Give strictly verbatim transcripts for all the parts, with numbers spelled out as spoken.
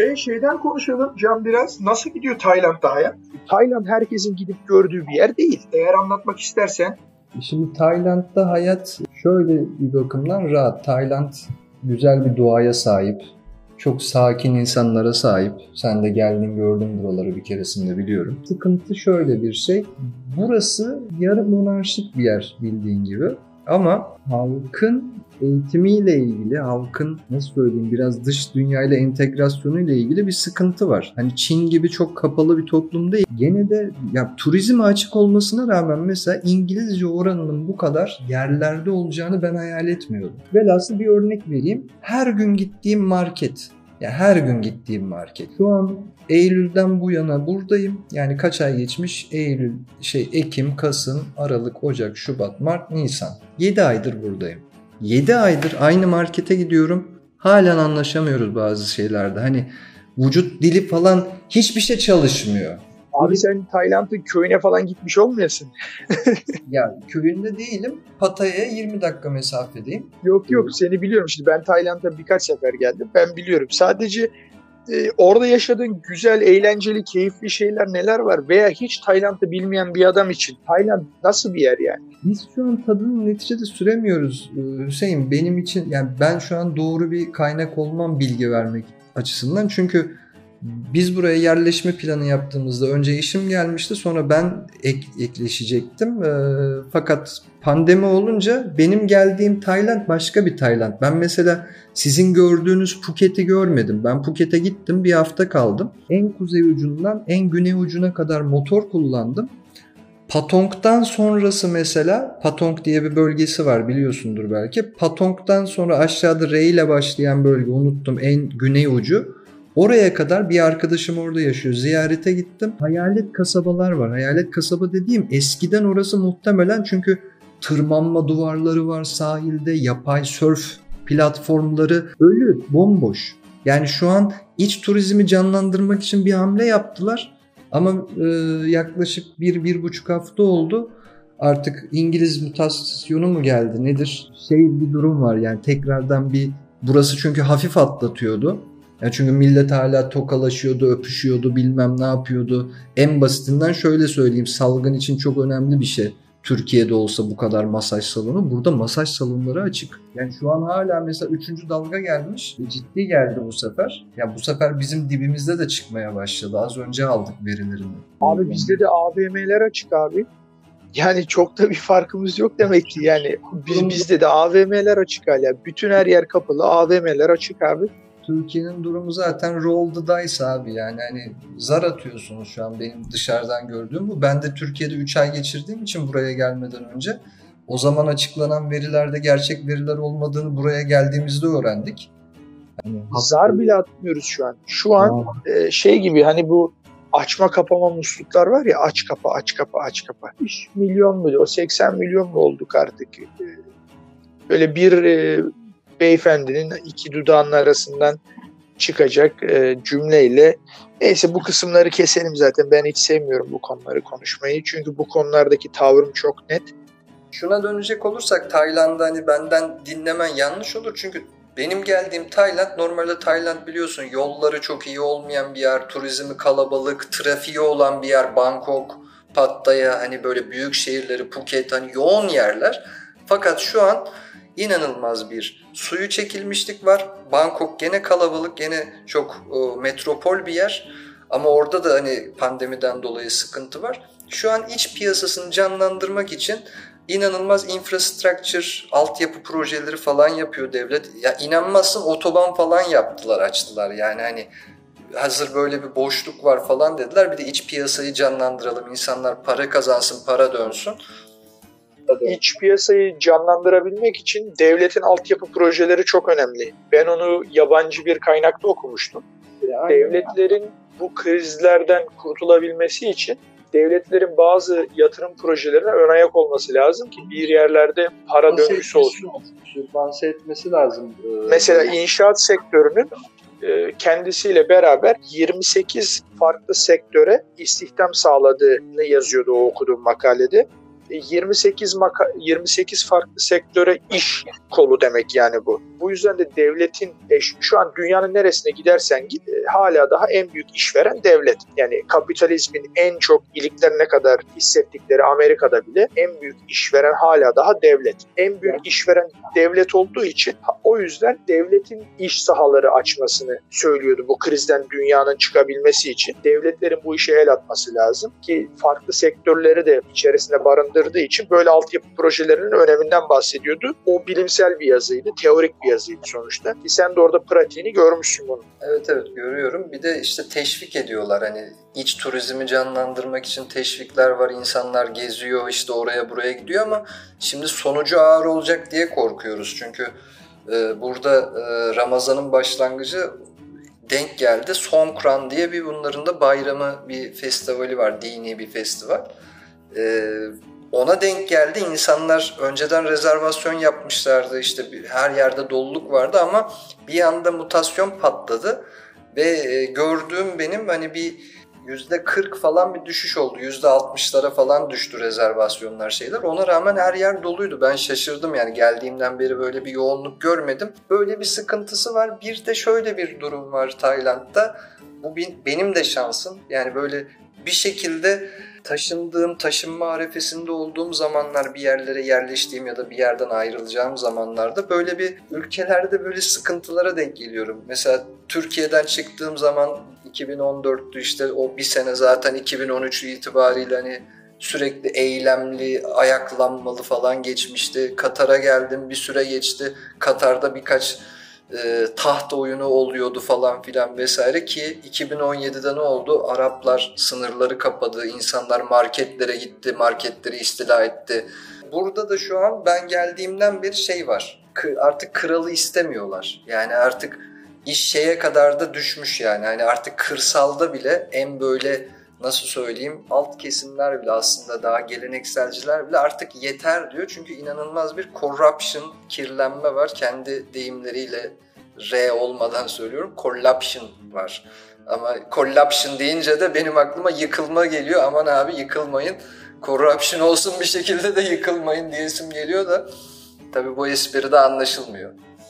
E şeyden konuşalım Can biraz. Nasıl gidiyor Tayland'da hayat? Tayland herkesin gidip gördüğü bir yer değil. Eğer anlatmak istersen. Şimdi Tayland'da hayat şöyle bir bakımdan rahat. Tayland güzel bir doğaya sahip. Çok sakin insanlara sahip. Sen de geldin gördün buraları bir keresinde biliyorum. Sıkıntı şöyle bir şey. Burası yarı monarşik bir yer bildiğin gibi. Ama halkın eğitimiyle ilgili, halkın nasıl söyleyeyim biraz dış dünyayla entegrasyonuyla ilgili bir sıkıntı var. Hani Çin gibi çok kapalı bir toplum değil. Gene de ya turizme açık olmasına rağmen mesela İngilizce oranının bu kadar yerlerde olacağını ben hayal etmiyordum. Velhasıl bir örnek vereyim. Her gün gittiğim market, ya her gün gittiğim market. Şu an Eylül'den bu yana buradayım. Yani kaç ay geçmiş? Eylül, şey Ekim, Kasım, Aralık, Ocak, Şubat, Mart, Nisan. yedi aydır buradayım. yedi aydır aynı markete gidiyorum. Halen anlaşamıyoruz bazı şeylerde. Hani vücut dili falan hiçbir şey çalışmıyor. Abi sen Tayland'ın köyüne falan gitmiş olmayasın? Ya köyünde değilim. Pattaya'ya yirmi dakika mesafedeyim. Yok yok seni biliyorum. Şimdi ben Tayland'a birkaç sefer geldim. Ben biliyorum. Sadece e, orada yaşadığın güzel, eğlenceli, keyifli şeyler neler var? Veya hiç Tayland'ı bilmeyen bir adam için Tayland nasıl bir yer yani? Biz şu an tadını neticede süremiyoruz Hüseyin. Benim için yani ben şu an doğru bir kaynak olmam bilgi vermek açısından. Çünkü biz buraya yerleşme planı yaptığımızda önce eşim gelmişti, sonra ben ek, ekleşecektim. E, fakat pandemi olunca benim geldiğim Tayland başka bir Tayland. Ben mesela sizin gördüğünüz Phuket'i görmedim. Ben Phuket'e gittim, bir hafta kaldım. En kuzey ucundan en güney ucuna kadar motor kullandım. Patong'dan sonrası mesela, Patong diye bir bölgesi var biliyorsundur belki. Patong'dan sonra aşağıda R ile başlayan bölge, unuttum, en güney ucu. Oraya kadar bir arkadaşım orada yaşıyor. Ziyarete gittim. Hayalet kasabalar var. Hayalet kasaba dediğim eskiden orası muhtemelen çünkü tırmanma duvarları var sahilde. Yapay sörf platformları ölü, bomboş. Yani şu an iç turizmi canlandırmak için bir hamle yaptılar. Ama e, yaklaşık bir, bir buçuk hafta oldu. Artık İngiliz mutasyonu mu geldi nedir? Şey bir durum var yani tekrardan bir... Burası çünkü hafif atlatıyordu. Yani çünkü millet hala tokalaşıyordu, öpüşüyordu, bilmem ne yapıyordu. En basitinden şöyle söyleyeyim, salgın için çok önemli bir şey. Türkiye'de olsa bu kadar masaj salonu, burada masaj salonları açık. Yani şu an hala mesela üçüncü dalga gelmiş, ciddi geldi bu sefer. Ya yani bu sefer bizim dibimizde de çıkmaya başladı. Az önce aldık verilerini. Abi bizde de A V M'ler açık abi. Yani çok da bir farkımız yok demek ki. Yani biz, bizde de A V M'ler açık hala. Bütün her yer kapalı, A V M'ler açık abi. Türkiye'nin durumu zaten roll the dice abi, yani hani zar atıyorsunuz şu an benim dışarıdan gördüğüm bu. Ben de Türkiye'de üç ay geçirdiğim için buraya gelmeden önce o zaman açıklanan verilerde gerçek veriler olmadığını buraya geldiğimizde öğrendik. Yani, zar bile atmıyoruz şu an. Şu an e, şey gibi hani bu açma kapama musluklar var ya, aç kapa aç kapa aç kapa. üç milyon mu o seksen milyon mu olduk artık? Böyle bir e, beyefendinin iki dudağının arasından çıkacak e, cümleyle. Neyse bu kısımları keselim zaten. Ben hiç sevmiyorum bu konuları konuşmayı. Çünkü bu konulardaki tavrım çok net. Şuna dönecek olursak Tayland'da hani benden dinlemen yanlış olur. Çünkü benim geldiğim Tayland, normalde Tayland biliyorsun yolları çok iyi olmayan bir yer. Turizmi kalabalık, trafiği olan bir yer. Bangkok, Pattaya, hani böyle büyük şehirleri, Phuket, hani yoğun yerler. Fakat şu an İnanılmaz bir suyu çekilmişlik var. Bangkok gene kalabalık, gene çok e, metropol bir yer. Ama orada da hani pandemiden dolayı sıkıntı var. Şu an iç piyasasını canlandırmak için inanılmaz infrastructure, altyapı projeleri falan yapıyor devlet. Ya inanmazsın, otoban falan yaptılar, açtılar. Yani hani hazır böyle bir boşluk var falan dediler. Bir de iç piyasayı canlandıralım. İnsanlar para kazansın, para dönsün. İç piyasayı canlandırabilmek için devletin altyapı projeleri çok önemli. Ben onu yabancı bir kaynakta okumuştum. Yani devletlerin bu krizlerden kurtulabilmesi için devletlerin bazı yatırım projelerine ön ayak olması lazım ki bir yerlerde para döngüsü olsun. Sübvanse etmesi lazım. Mesela inşaat sektörünün kendisiyle beraber yirmi sekiz farklı sektöre istihdam sağladığını yazıyordu o okuduğum makalede. yirmi sekiz maka- yirmi sekiz farklı sektöre iş kolu demek yani bu. Bu bu yüzden de devletin e, şu an dünyanın neresine gidersen git e, hala daha en büyük işveren devlet. Yani kapitalizmin en çok iliklerine kadar hissettikleri Amerika'da bile en büyük işveren hala daha devlet. En büyük işveren devlet olduğu için o yüzden devletin iş sahaları açmasını söylüyordu. Bu krizden dünyanın çıkabilmesi için devletlerin bu işe el atması lazım ki farklı sektörleri de içerisinde barındırdığı için böyle altyapı projelerinin öneminden bahsediyordu. O bilimsel bir yazıydı, teorik bir yazıydı sonuçta. Ki sen de orada pratiğini görmüşsün bunu. Evet evet görüyorum. Bir de işte teşvik ediyorlar. Hani iç turizmi canlandırmak için teşvikler var. İnsanlar geziyor, işte oraya buraya gidiyor ama şimdi sonucu ağır olacak diye korkuyoruz. Çünkü e, burada e, Ramazan'ın başlangıcı denk geldi. Songkran diye bir bunların da bayramı, bir festivali var. Dini bir festival. E, ona denk geldi. İnsanlar önceden rezervasyon yapmışlardı. İşte bir, her yerde doluluk vardı ama bir anda mutasyon patladı. Ve e, gördüğüm benim hani bir yüzde kırk falan bir düşüş oldu. yüzde altmışlara falan düştü rezervasyonlar şeyler. Ona rağmen her yer doluydu. Ben şaşırdım yani geldiğimden beri böyle bir yoğunluk görmedim. Böyle bir sıkıntısı var. Bir de şöyle bir durum var Tayland'da. Bu benim de şansım. Yani böyle bir şekilde taşındığım, taşınma arefesinde olduğum zamanlar, bir yerlere yerleştiğim ya da bir yerden ayrılacağım zamanlarda böyle bir ülkelerde böyle sıkıntılara denk geliyorum. Mesela Türkiye'den çıktığım zaman iki bin on dörttü işte o bir sene zaten iki bin on üç itibariyle hani sürekli eylemli, ayaklanmalı falan geçmişti. Katar'a geldim, bir süre geçti. Katar'da birkaç e, taht oyunu oluyordu falan filan vesaire ki iki bin on yedide ne oldu? Araplar sınırları kapadı, insanlar marketlere gitti, marketleri istila etti. Burada da şu an ben geldiğimden beri şey var, artık kralı istemiyorlar. Yani artık iş şeye kadar da düşmüş yani. Hani artık kırsalda bile en böyle nasıl söyleyeyim alt kesimler bile aslında daha gelenekselciler bile artık yeter diyor. Çünkü inanılmaz bir corruption, kirlenme var. Kendi deyimleriyle R olmadan söylüyorum. Collapsion var. Ama collapsion deyince de benim aklıma yıkılma geliyor. Aman abi yıkılmayın. Corruption olsun bir şekilde de yıkılmayın diyesim geliyor da tabii bu espri de anlaşılmıyor.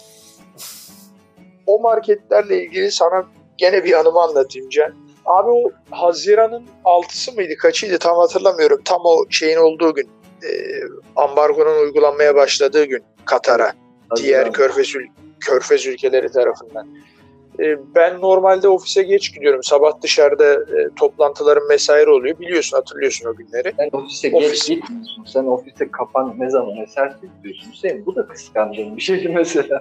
O marketlerle ilgili sana gene bir anımı anlatayım Can. Abi o Haziran'ın altısı mıydı kaçıydı tam hatırlamıyorum. Tam o şeyin olduğu gün. E, ambargonun uygulanmaya başladığı gün Katar'a. Diğer körfez, körfez ülkeleri tarafından. E, ben normalde ofise geç gidiyorum. Sabah dışarıda e, toplantılarım vesaire oluyor. Biliyorsun hatırlıyorsun o günleri. Sen ofise Ofis... geç gitmiyorsun. Sen ofise kapan ne zaman eserse gidiyorsun. Hüseyin bu da kıskandığın bir şeydi mesela.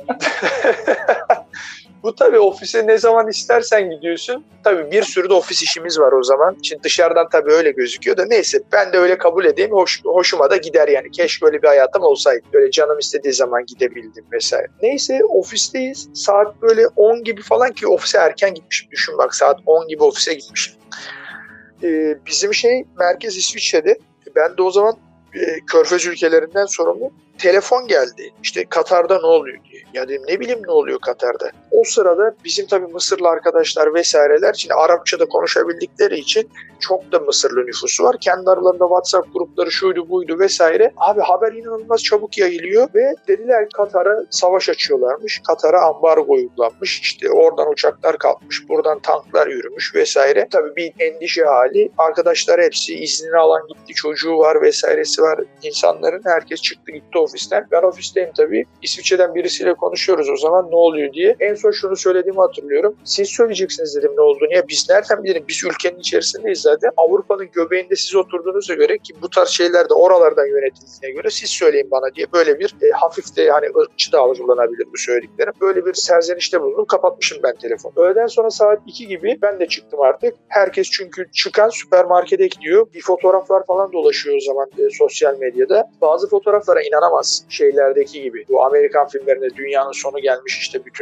Bu tabii ofise ne zaman istersen gidiyorsun. Tabii bir sürü de ofis işimiz var o zaman. Şimdi dışarıdan tabii öyle gözüküyor da neyse ben de öyle kabul edeyim. Hoş, hoşuma da gider yani. Keşke öyle bir hayatım olsaydı. Böyle canım istediği zaman gidebildim vesaire. Neyse ofisteyiz. Saat böyle on gibi falan ki ofise erken gitmişim. Düşün bak saat on gibi ofise gitmişim. Ee, bizim şey merkez İsviçre'de. Ben de o zaman e, Körfez ülkelerinden sorumlu. Telefon geldi. İşte Katar'da ne oluyor diye. Ya dedim ne bileyim ne oluyor Katar'da. O sırada bizim tabii Mısırlı arkadaşlar vesaireler şimdi Arapçada konuşabildikleri için çok da Mısırlı nüfusu var. Kendi aralarında WhatsApp grupları şuydu buydu vesaire. Abi haber inanılmaz çabuk yayılıyor ve dediler ki Katar'a savaş açıyorlarmış. Katar'a ambargo uygulanmış. İşte oradan uçaklar kalkmış. Buradan tanklar yürümüş vesaire. Tabii bir endişe hali. Arkadaşlar hepsi iznini alan gitti. Çocuğu var vesairesi var insanların. Herkes çıktı gitti ofisten. Ben ofisteyim tabii. İsviçre'den birisiyle konuşuyoruz o zaman ne oluyor diye. En son şunu söylediğimi hatırlıyorum. Siz söyleyeceksiniz dedim ne olduğunu. Ya biz nereden bilelim? Biz ülkenin içerisindeyiz zaten. Avrupa'nın göbeğinde siz oturduğunuza göre ki bu tarz şeyler de oralardan yönetildiğine göre siz söyleyin bana diye böyle bir e, hafif de hani ırkçı da algılanabilir bu söylediklerim. Böyle bir serzenişte bulundum. Kapatmışım ben telefonu. Öğleden sonra saat iki gibi ben de çıktım artık. Herkes çünkü çıkan süpermarkete gidiyor. Bir fotoğraflar falan dolaşıyor o zaman e, sosyal medyada. Bazı fotoğraflara inanamazsın. Şeylerdeki gibi. Bu Amerikan filmlerinde dünyanın sonu gelmiş işte bütün tabii, her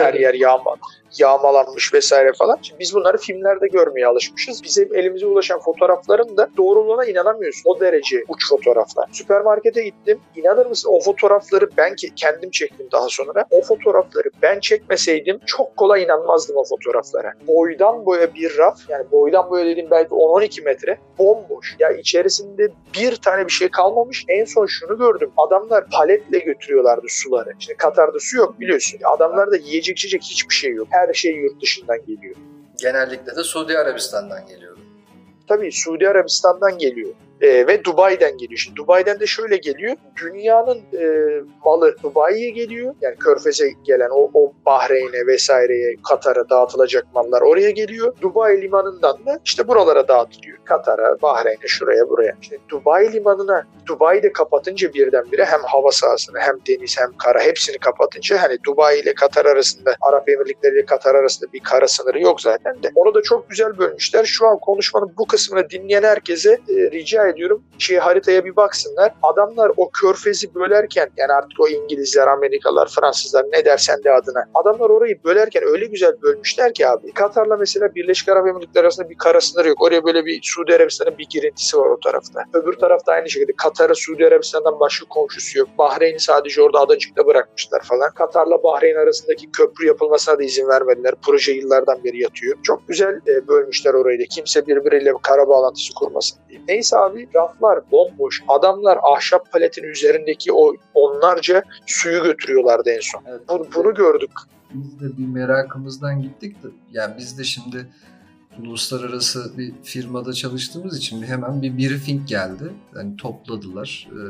her yer yağma, yağmalanmış vesaire falan. Şimdi biz bunları filmlerde görmeye alışmışız. Bizim elimize ulaşan fotoğrafların da doğruluğuna inanamıyorsun. O derece uç fotoğraflar. Süpermarkete gittim. İnanır mısın, o fotoğrafları ben ki kendim çektim daha sonra. O fotoğrafları ben çekmeseydim çok kolay inanmazdım o fotoğraflara. Boydan boya bir raf, yani boydan boya dediğim belki on on iki metre, bomboş. Ya içerisinde bir tane bir şey kalmamış. En son şunu gördüm. Adamlar paletle götürüyorlardı suları. Şimdi Katar'da su yok biliyorsun. Adamlarda yiyecek içecek hiçbir şey yok. Her şey yurt dışından geliyor. Genellikle de Suudi Arabistan'dan geliyor. Tabii Suudi Arabistan'dan geliyor. Ee, ve Dubai'den geliyor. Şimdi Dubai'den de şöyle geliyor. Dünyanın e, malı Dubai'ye geliyor. Yani Körfez'e gelen o, o Bahreyn'e vesaireye, Katar'a dağıtılacak mallar oraya geliyor. Dubai limanından da işte buralara dağıtılıyor. Katar'a, Bahreyn'e, şuraya, buraya. İşte Dubai limanına, Dubai'de kapatınca birdenbire hem hava sahasını hem deniz hem kara hepsini kapatınca, hani Dubai ile Katar arasında, Arap Emirlikleri ile Katar arasında bir kara sınırı yok zaten de. Onu da çok güzel bölmüşler. Şu an konuşmanın bu kısmını dinleyen herkese e, rica ediyorum, şey, haritaya bir baksınlar. Adamlar o körfezi bölerken, yani artık o İngilizler, Amerikalılar, Fransızlar ne dersen de adına, adamlar orayı bölerken öyle güzel bölmüşler ki abi. Katar'la mesela Birleşik Arap Emirlikleri arasında bir kara sınırı yok. Oraya böyle bir Suudi Arabistan'ın bir girintisi var o tarafta. Öbür tarafta aynı şekilde Katar'a Suudi Arabistan'dan başka komşusu yok. Bahreyn'i sadece orada adacıkta bırakmışlar falan. Katar'la Bahreyn arasındaki köprü yapılmasına da izin vermediler. Proje yıllardan beri yatıyor. Çok güzel e, bölmüşler orayı da. Kimse birbiriyle kara bağlantısı kurmasın diye. Neyse abi, raflar bomboş. Adamlar ahşap paletin üzerindeki o onlarca suyu götürüyorlardı en son. Evet, bunu, bunu gördük. Biz de bir merakımızdan gittik de, yani biz de şimdi uluslararası bir firmada çalıştığımız için hemen bir briefing geldi. Yani topladılar e,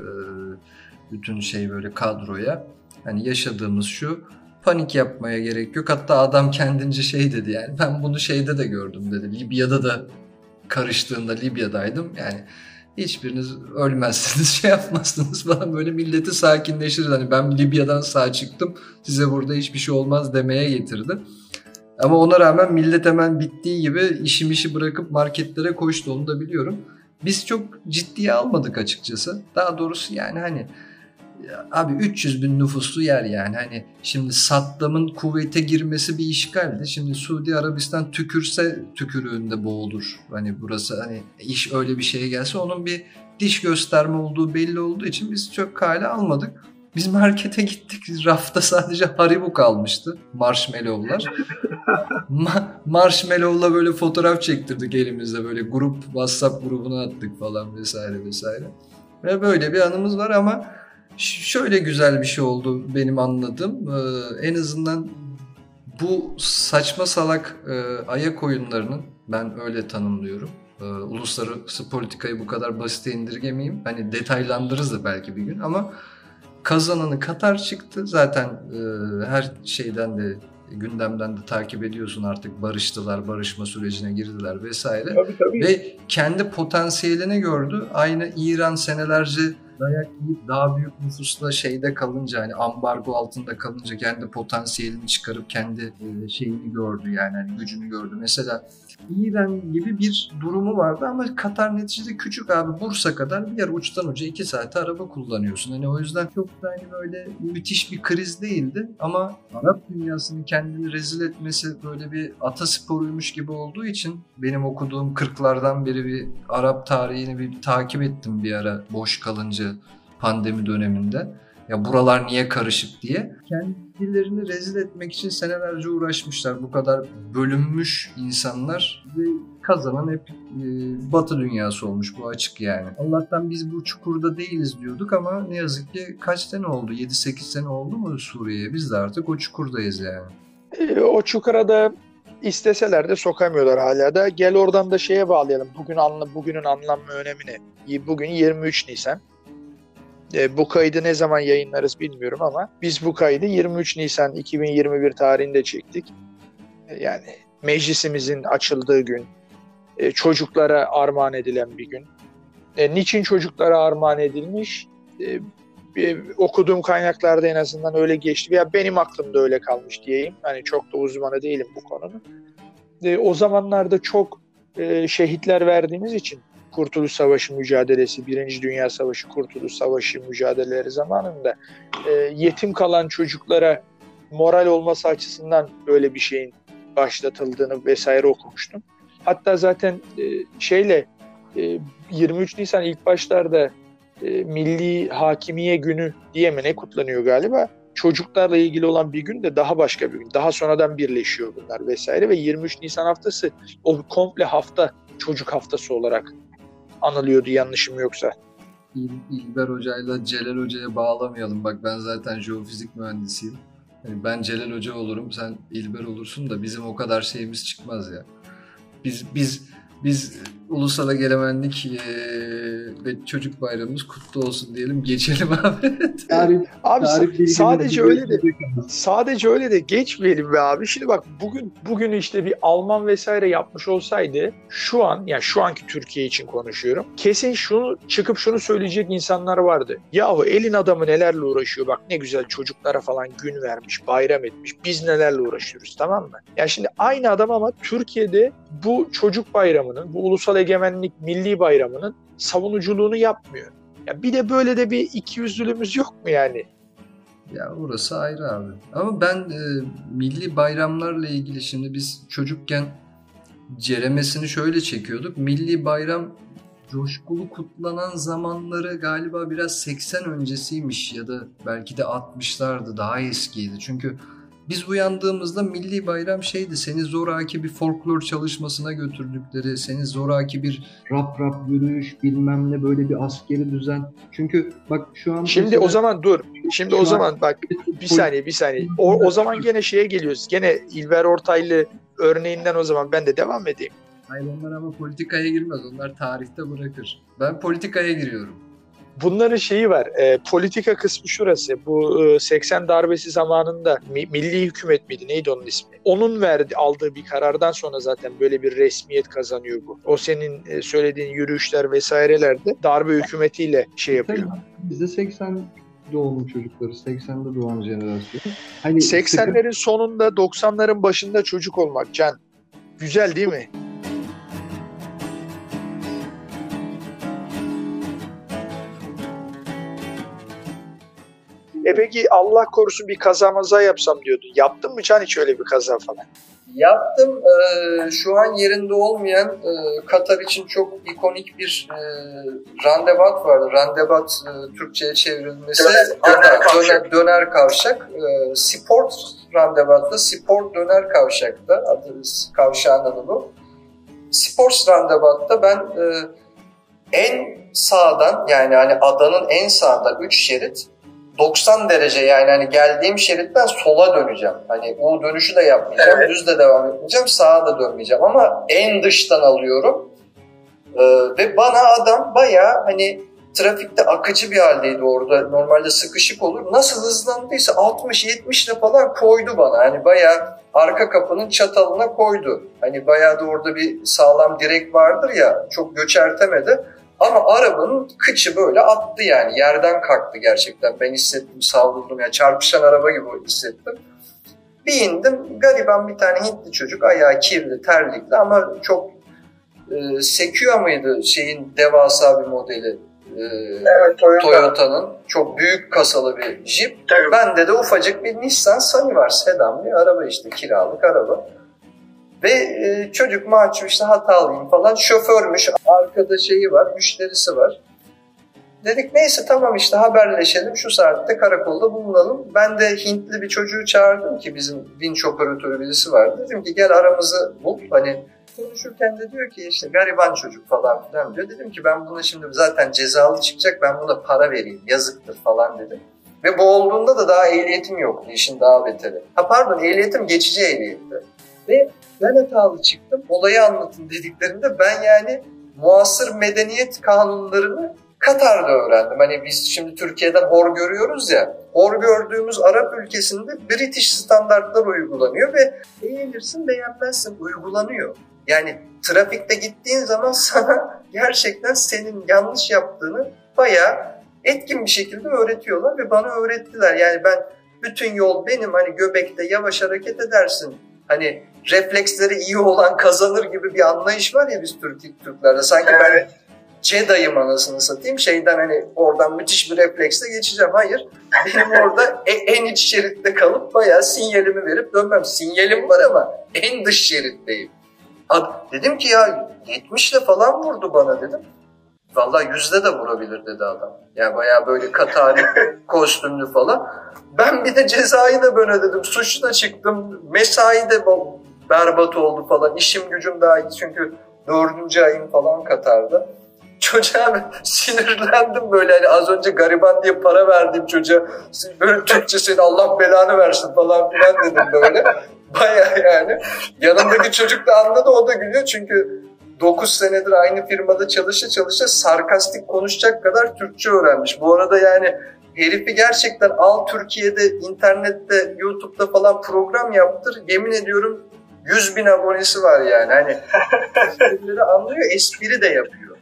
bütün şey böyle kadroya. Hani yaşadığımız şu, panik yapmaya gerek yok. Hatta adam kendince şey dedi, yani ben bunu şeyde de gördüm dedi. Libya'da da karıştığında Libya'daydım. Yani hiçbiriniz ölmezsiniz, şey yapmazsınız falan, böyle milleti sakinleştirir. Hani ben Libya'dan sağ çıktım, size burada hiçbir şey olmaz demeye getirdi. Ama ona rağmen millet hemen bittiği gibi işim işi bırakıp marketlere koştu, onu da biliyorum. Biz çok ciddiye almadık açıkçası. Daha doğrusu yani hani abi üç yüz bin nüfuslu yer yani. Hani şimdi Saddam'ın kuvvete girmesi bir işgaldi. Şimdi Suudi Arabistan tükürse tükürüğünde boğulur. Hani burası, hani iş öyle bir şeye gelse onun bir diş gösterme olduğu belli olduğu için biz çok kale almadık. Biz markete gittik. Rafta sadece Haribo kalmıştı. Marshmallow'lar. Ma- Marshmallow'la böyle fotoğraf çektirdik elimizde. Böyle grup, WhatsApp grubuna attık falan vesaire vesaire. Ve böyle bir anımız var ama şöyle güzel bir şey oldu benim anladığım. Ee, en azından bu saçma salak e, ayak oyunlarının, ben öyle tanımlıyorum. Ee, uluslararası politikayı bu kadar basite indirgemeyeyim. Hani detaylandırırız da belki bir gün ama kazananı Katar çıktı. Zaten e, her şeyden de, gündemden de takip ediyorsun artık, barıştılar, barışma sürecine girdiler vesaire. Tabii, tabii. Ve kendi potansiyelini gördü. Aynı İran senelerce dayak yiyip daha büyük nüfusla şeyde kalınca, hani ambargo altında kalınca kendi potansiyelini çıkarıp kendi şeyini gördü, yani hani gücünü gördü. Mesela İran gibi bir durumu vardı ama Katar neticede küçük abi, Bursa kadar bir yer, uçtan uca iki saate araba kullanıyorsun. Hani o yüzden çok da hani böyle müthiş bir kriz değildi ama Arap dünyasının kendini rezil etmesi böyle bir atasporuymuş gibi olduğu için, benim okuduğum kırklardan beri bir Arap tarihini bir takip ettim bir ara boş kalınca pandemi döneminde. Ya buralar niye karışık diye. Kendilerini rezil etmek için senelerce uğraşmışlar. Bu kadar bölünmüş insanlar ve kazanan hep e, Batı dünyası olmuş, bu açık yani. Allah'tan biz bu çukurda değiliz diyorduk ama ne yazık ki kaç sene oldu? yedi sekiz sene oldu mu Suriye'ye? Biz de artık o çukurdayız yani. E, o çukura da isteseler de sokamıyorlar hala da. Gel oradan da şeye bağlayalım. Bugün anla, bugünün anlam ve önemini. Bugün yirmi üç Nisan. E, bu kaydı ne zaman yayınlarız bilmiyorum ama biz bu kaydı yirmi üç Nisan iki bin yirmi bir tarihinde çektik. E, yani meclisimizin açıldığı gün, e, çocuklara armağan edilen bir gün. E, niçin çocuklara armağan edilmiş? E, e, okuduğum kaynaklarda en azından öyle geçti. Ya benim aklımda öyle kalmış diyeyim. Hani çok da uzmanı değilim bu konunun. E, o zamanlarda çok e, şehitler verdiğimiz için, Kurtuluş Savaşı mücadelesi, Birinci Dünya Savaşı, Kurtuluş Savaşı mücadeleleri zamanında e, yetim kalan çocuklara moral olması açısından böyle bir şeyin başlatıldığını vesaire okumuştum. Hatta zaten e, şeyle e, yirmi üç Nisan ilk başlarda e, Milli Hakimiye Günü diye mi ne kutlanıyor galiba. Çocuklarla ilgili olan bir gün de daha başka bir gün. Daha sonradan birleşiyor bunlar vesaire ve yirmi üç Nisan haftası o komple hafta çocuk haftası olarak anılıyordu yanlışım yoksa. İl, İlber Hoca'yla Celal Hoca'ya bağlamayalım. Bak ben zaten jeofizik mühendisiyim. Yani ben Celal Hoca olurum, sen İlber olursun da bizim o kadar şeyimiz çıkmaz ya. Biz biz biz Ulusal Egemenlik e, ve Çocuk Bayramımız kutlu olsun diyelim. Geçelim abi. tarih, abi tarih sadece öyle de sadece öyle de geçmeyelim be abi. Şimdi bak bugün bugün işte bir Alman vesaire yapmış olsaydı şu an yani şu anki Türkiye için konuşuyorum. Kesin şunu çıkıp şunu söyleyecek insanlar vardı. Yahu elin adamı nelerle uğraşıyor. Bak ne güzel çocuklara falan gün vermiş, bayram etmiş. Biz nelerle uğraşıyoruz, tamam mı? Yani şimdi aynı adam ama Türkiye'de bu çocuk bayramının, bu ulusal egemenlik milli bayramının savunuculuğunu yapmıyor. Ya bir de böyle de bir ikiyüzlülüğümüz yok mu yani? Ya orası ayrı abi. Ama ben e, milli bayramlarla ilgili şimdi biz çocukken ceremesini şöyle çekiyorduk. Milli bayram coşkulu kutlanan zamanları galiba biraz seksen öncesiymiş ya da belki de altmışlardı, daha eskiydi. Çünkü biz uyandığımızda milli bayram şeydi, seni zoraki bir folklor çalışmasına götürdükleri, seni zoraki bir rap rap yürüyüş bilmem ne böyle bir askeri düzen. Çünkü bak şu an... Şimdi mesela, o zaman dur, şimdi o zaman bak bir saniye bir saniye. O, o zaman gene şeye geliyoruz, gene İlber Ortaylı örneğinden o zaman ben de devam edeyim. Hayır onlar ama politikaya girmez, onlar tarihte bırakır. Ben politikaya giriyorum. Bunların şeyi var, e, politika kısmı şurası. Bu e, seksen darbesi zamanında mi, milli hükümet miydi, neydi onun ismi? Onun verdi, aldığı bir karardan sonra zaten böyle bir resmiyet kazanıyor bu. O senin e, söylediğin yürüyüşler vesairelerde darbe hükümetiyle şey yapıyor. Biz de seksen doğumlu çocukları, seksende doğan jenerasyon. Hani seksenlerin sıkı... sonunda doksanların başında çocuk olmak Can. Güzel değil mi? E peki Allah korusun bir kaza maza yapsam diyordun. Yaptın mı Can hiç öyle bir kaza falan? Yaptım. Ee, şu an yerinde olmayan e, Katar için çok ikonik bir e, randevat vardı. Randevat e, Türkçe'ye çevrilmesi döner, döner, kavşak. Döner, döner kavşak. E, sport randevatta, spor döner kavşakta adı, kavşağın adı bu. Spor randevatta ben e, en sağdan yani hani adanın en sağdan üç şerit doksan derece yani hani geldiğim şeritten sola döneceğim. Hani U dönüşü de yapmayacağım, evet. Düz de devam etmeyeceğim, sağa da dönmeyeceğim ama en dıştan alıyorum. Ee, ve bana adam bayağı hani trafikte akıcı bir haldeydi orada. Normalde sıkışık olur. Nasıl hızlandıysa altmış yetmiş ile falan koydu bana. Hani bayağı arka kapının çatalına koydu. Hani bayağı da orada bir sağlam direk vardır ya, çok göçertemedi. Ama arabanın kıçı böyle attı yani. Yerden kalktı gerçekten. Ben hissettim, savruldum. Yani çarpışan araba gibi hissettim. Bir indim. Gariban bir tane Hintli çocuk. Ayağı kirli, terlikli ama çok e, Secura mıydı şeyin devasa bir modeli. E, evet, Toyota. Toyota'nın. Çok büyük kasalı bir Jeep. Evet. Bende de ufacık bir Nissan Sunny var. Sedan bir araba işte. Kiralık araba. Ve e, çocuk mahcup işte hatalıyım falan. Şoförmüş, arkada şeyi var, müşterisi var. Dedik neyse tamam işte haberleşelim, şu saatte karakolda bulunalım. Ben de Hintli bir çocuğu çağırdım ki bizim vinç operatörü birisi vardı. Dedim ki gel aramızı bul. Hani konuşurken de diyor ki işte gariban çocuk falan filan diyor. Dedim ki ben buna şimdi zaten cezalı çıkacak, ben buna para vereyim, yazıktır falan dedim. Ve bu olduğunda da daha ehliyetim yoktu, işin daha beteri. Ha pardon, ehliyetim geçici ehliyetti. Ve ben hatalı çıktım, olayı anlatın dediklerinde ben yani muasır medeniyet kanunlarını Katar'da öğrendim. Hani biz şimdi Türkiye'den hor görüyoruz ya, hor gördüğümüz Arap ülkesinde British standartlar uygulanıyor ve beğenirsin beğenmezsin uygulanıyor. Yani trafikte gittiğin zaman sana gerçekten senin yanlış yaptığını bayağı etkin bir şekilde öğretiyorlar ve bana öğrettiler. Yani ben bütün yol benim, hani göbekte yavaş hareket edersin. Hani refleksleri iyi olan kazanır gibi bir anlayış var ya biz Türk Türklerde. Sanki ben Jedi'yim anasını satayım. Şeyden hani oradan müthiş bir refleksle geçeceğim. Hayır. Benim orada en iç şeritte kalıp bayağı sinyalimi verip dönmem. Sinyalim var ama en dış şeritteyim. Dedim ki ya yetmişle falan vurdu bana dedim. Vallahi yüzde de vurabilir dedi adam. Yani bayağı böyle Katari kostümlü falan. Ben bir de cezayı da ben ödedim. Suçla çıktım. Mesai de berbat oldu falan. İşim gücüm daha iyi çünkü dördüncü ayım falan Katar'da. Çocuğa sinirlendim böyle hani az önce gariban diye para verdiğim çocuğa böyle Türkçe seni Allah belanı versin falan filan dedim böyle. Bayağı yani. Yanındaki çocuk da anladı, o da gülüyor çünkü dokuz senedir aynı firmada çalışa çalışa sarkastik konuşacak kadar Türkçe öğrenmiş. Bu arada yani herifi gerçekten al Türkiye'de internette YouTube'da falan program yaptır. Yemin ediyorum yüz bin abonesi var yani. Hani esprileri anlıyor, espri de yapıyor.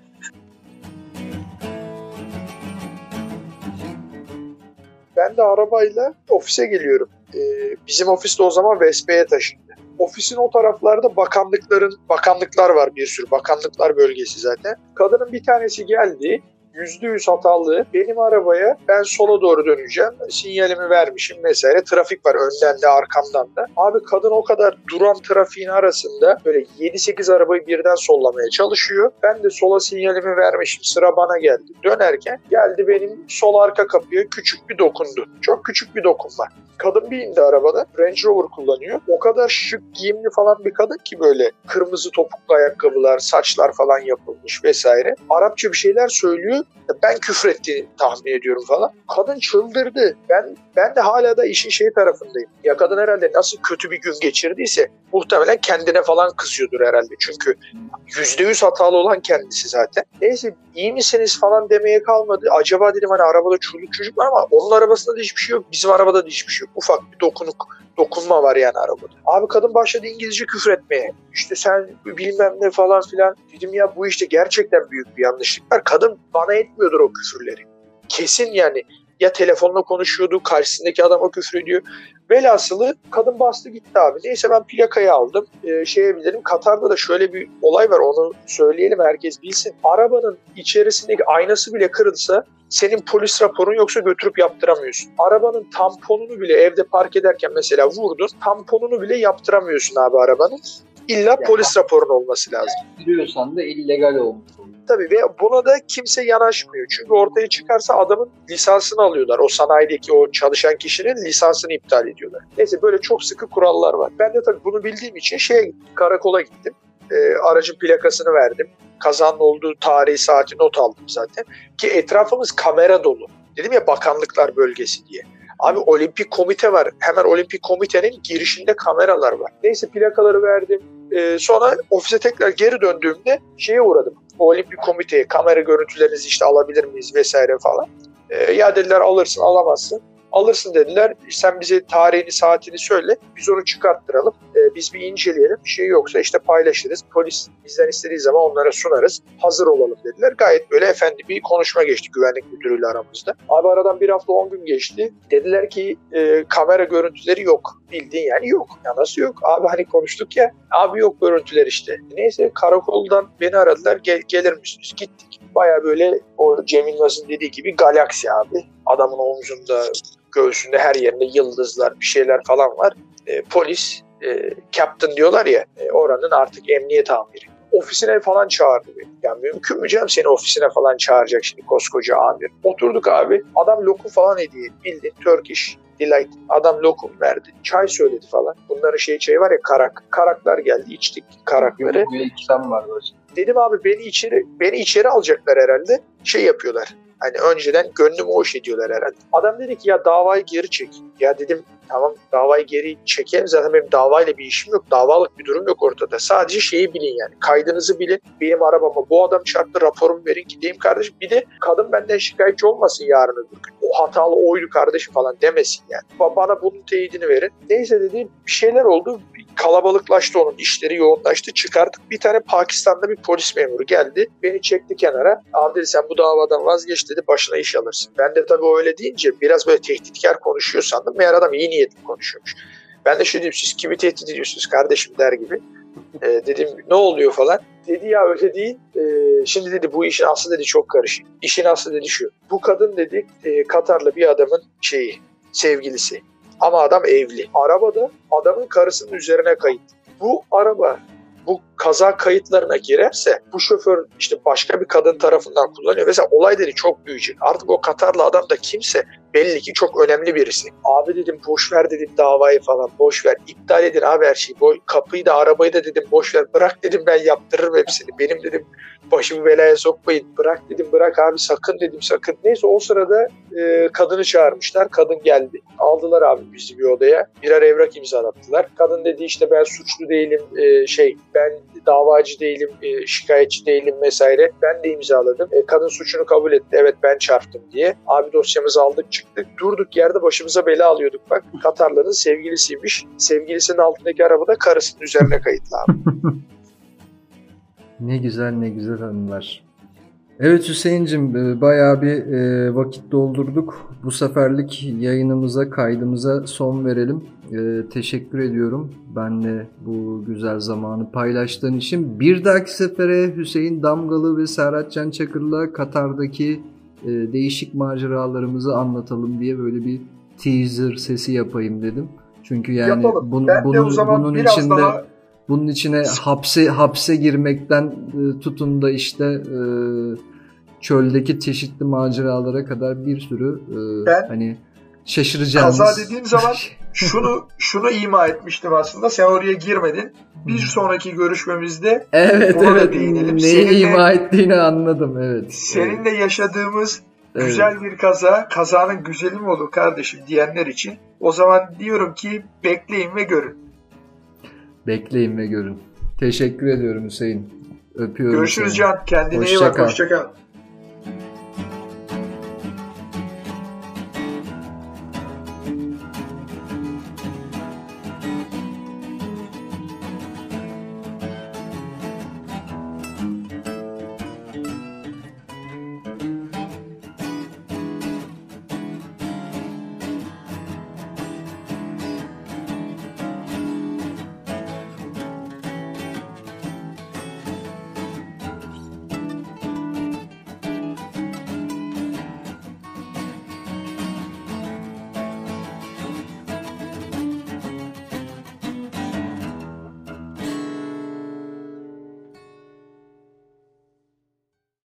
Ben de arabayla ofise geliyorum. Ee, bizim ofis de o zaman Vespe'ye taşındı. Ofisin o taraflarda bakanlıkların bakanlıklar var, bir sürü bakanlıklar bölgesi zaten. Kadının bir tanesi geldi. yüzde yüz hatalı benim arabaya, ben sola doğru döneceğim, sinyalimi vermişim vesaire, trafik var önden de arkamdan da. Abi kadın o kadar duran trafiğin arasında böyle yedi sekiz arabayı birden sollamaya çalışıyor. Ben de sola sinyalimi vermişim, sıra bana geldi. Dönerken geldi benim sol arka kapıya küçük bir dokundu. Çok küçük bir dokunma. Kadın bir indi arabada, Range Rover kullanıyor. O kadar şık giyimli falan bir kadın ki böyle kırmızı topuklu ayakkabılar, saçlar falan yapılmış vesaire. Arapça bir şeyler söylüyor. Ben küfrettiğini tahmin ediyorum falan. Kadın çıldırdı. Ben ben de hala da işin şey tarafındayım. Ya kadın herhalde nasıl kötü bir gün geçirdiyse muhtemelen kendine falan kızıyordur herhalde. Çünkü yüzde yüz hatalı olan kendisi zaten. Neyse iyi misiniz falan demeye kalmadı. Acaba dedim hani arabada çocuk çocuk var ama onun arabasında da hiçbir şey yok. Bizim arabada da hiçbir şey yok. Ufak bir dokunuk. Dokunma var yani arabada. Abi kadın başladı İngilizce küfür etmeye. İşte sen bilmem ne falan filan. Dedim ya bu işte gerçekten büyük bir yanlışlık var. Kadın bana etmiyordur o küfürleri. Kesin yani. Ya telefonla konuşuyordu, karşısındaki adama küfür ediyor. Velhasılı kadın bastı gitti abi. Neyse ben plakayı aldım. Ee, şeye bilelim. Katar'da da şöyle bir olay var, onu söyleyelim herkes bilsin. Arabanın içerisindeki aynası bile kırılsa senin polis raporun yoksa götürüp yaptıramıyorsun. Arabanın tamponunu bile evde park ederken mesela vurdun, tamponunu bile yaptıramıyorsun abi arabanın. İlla yani polis raporun olması lazım. Biliyorsan da illegal olmuş oluyor. Tabii ve buna da kimse yanaşmıyor. Çünkü ortaya çıkarsa adamın lisansını alıyorlar. O sanayideki o çalışan kişinin lisansını iptal ediyorlar. Neyse böyle çok sıkı kurallar var. Ben de tabii bunu bildiğim için şeye gittim, karakola gittim. E, aracın plakasını verdim. Kazanın olduğu tarihi, saati not aldım zaten. Ki etrafımız kamera dolu. Dedim ya bakanlıklar bölgesi diye. Abi olimpik komite var. Hemen olimpik komitenin girişinde kameralar var. Neyse plakaları verdim. Ee, sonra ofise tekrar geri döndüğümde şeye uğradım. O olimpik komiteye kamera görüntülerinizi işte alabilir miyiz vesaire falan. Ee, ya dediler alırsın alamazsın. Alırsın dediler. Sen bize tarihini, saatini söyle. Biz onu çıkarttıralım. Ee, biz bir inceleyelim. Bir şey yoksa işte paylaşırız. Polis bizden istediği zaman onlara sunarız. Hazır olalım dediler. Gayet böyle efendi bir konuşma geçti güvenlik müdürüyle aramızda. Abi aradan bir hafta on gün geçti. Dediler ki e, kamera görüntüleri yok. Bildiğin yani yok. Ya nasıl yok? Abi hani konuştuk ya. Abi yok görüntüler işte. Neyse karakoldan beni aradılar. Gel, gelir misiniz? Gittik. Baya böyle o Cem Yılmaz'ın dediği gibi galaksi abi. Adamın omzunda, göğsünde, her yerinde yıldızlar, bir şeyler falan var. E, polis, e, captain diyorlar ya, e, oranın artık emniyet amiri. Ofisine falan çağırdı beni. Yani mümkün mü canım seni ofisine falan çağıracak şimdi koskoca amir. Oturduk abi. Adam lokum falan hediye. Bildiğin Turkish Delight. Adam lokum verdi. Çay söyledi falan. Bunların şey çayı var ya, karak. Karaklar geldi, içtik karakları. Bir ikram var hocam. Dedim abi beni içeri beni içeri alacaklar herhalde. Şey yapıyorlar. Hani önceden gönlümü hoş ediyorlar herhalde. Adam dedi ki ya davayı geri çek. Ya dedim tamam davayı geri çekelim. Zaten benim davayla bir işim yok. Davalık bir durum yok ortada. Sadece şeyi bilin yani. Kaydınızı bilin. Benim arabama bu adam çarptı, raporumu verin gideyim kardeşim. Bir de kadın benden şikayetçi olmasın yarın öbür gün. O hatalı oydu kardeşim falan demesin yani. Bana bunun teyidini verin. Neyse dedi bir şeyler oldu. Kalabalıklaştı onun. İşleri yoğunlaştı. Çıkarttık. Bir tane Pakistan'da bir polis memuru geldi. Beni çekti kenara. Abi dedi sen bu davadan vazgeç dedi. Başına iş alırsın. Ben de tabii öyle deyince biraz böyle tehditkar konuşuyor sandım. Meğer adam iyi niyetli konuşuyormuş. Ben de şey diyeyim siz kimi tehdit ediyorsunuz kardeşim der gibi. Ee, dedim ne oluyor falan. Dedi ya öyle değil. Ee, E, şimdi dedi bu işin aslı dedi çok karışık. İşin aslı dedi şu. Bu kadın dedi e, Katarlı bir adamın şeyi, sevgilisi. Ama adam evli. Arabada adamın karısının üzerine kayıt. Bu araba bu kaza kayıtlarına girerse bu şoför işte başka bir kadın tarafından kullanıyor. Mesela olay dedi çok büyüyecek. Artık o Katarlı adam da kimse belli ki çok önemli birisi. Abi dedim boş ver dedim davayı falan boş ver. İptal edin abi her şeyi. Boy, kapıyı da arabayı da dedim boş ver. Bırak dedim ben yaptırırım hepsini. Benim dedim başımı belaya sokmayın. Bırak dedim bırak abi sakın dedim sakın. Neyse o sırada e, kadını çağırmışlar. Kadın geldi. Aldılar abi bizi bir odaya. Birer evrak imzalattılar. Kadın dedi işte ben suçlu değilim e, şey ben davacı değilim, e, şikayetçi değilim vesaire. Ben de imzaladım. E, kadın suçunu kabul etti. Evet ben çarptım diye. Abi dosyamızı aldık çıktık. Durduk yerde başımıza bela alıyorduk bak. Katarlı'nın sevgilisiymiş. Sevgilisinin altındaki arabada karısının üzerine kayıtlı abi. Ne güzel ne güzel anılar. Evet Hüseyin'cim bayağı bir e, vakit doldurduk. Bu seferlik yayınımıza, kaydımıza son verelim. E, teşekkür ediyorum. Benle bu güzel zamanı paylaştığın için. Bir dahaki sefere Hüseyin Damgalı ve Serhat Can Çakır'la Katar'daki e, değişik maceralarımızı anlatalım diye böyle bir teaser sesi yapayım dedim. Çünkü yani bun, bunun, bunun içinde... Daha... Bunun içine hapse hapse girmekten e, tutun da işte e, çöldeki çeşitli maceralara kadar bir sürü e, ben hani şaşıracağımız. Kaza dediğim zaman şunu şunu ima etmiştim aslında. Sen oraya girmedin. Bir sonraki görüşmemizde evet evet değinelim. neyi seninle, ima ettiğini anladım evet. Seninle evet. yaşadığımız güzel evet. bir kaza, kazanın güzeli mi olur kardeşim diyenler için. O zaman diyorum ki bekleyin ve görün. Bekleyin ve görün. Teşekkür ediyorum Hüseyin. Öpüyorum Görüşürüz seni. Can. Kendine iyi bak. Hoşça kal.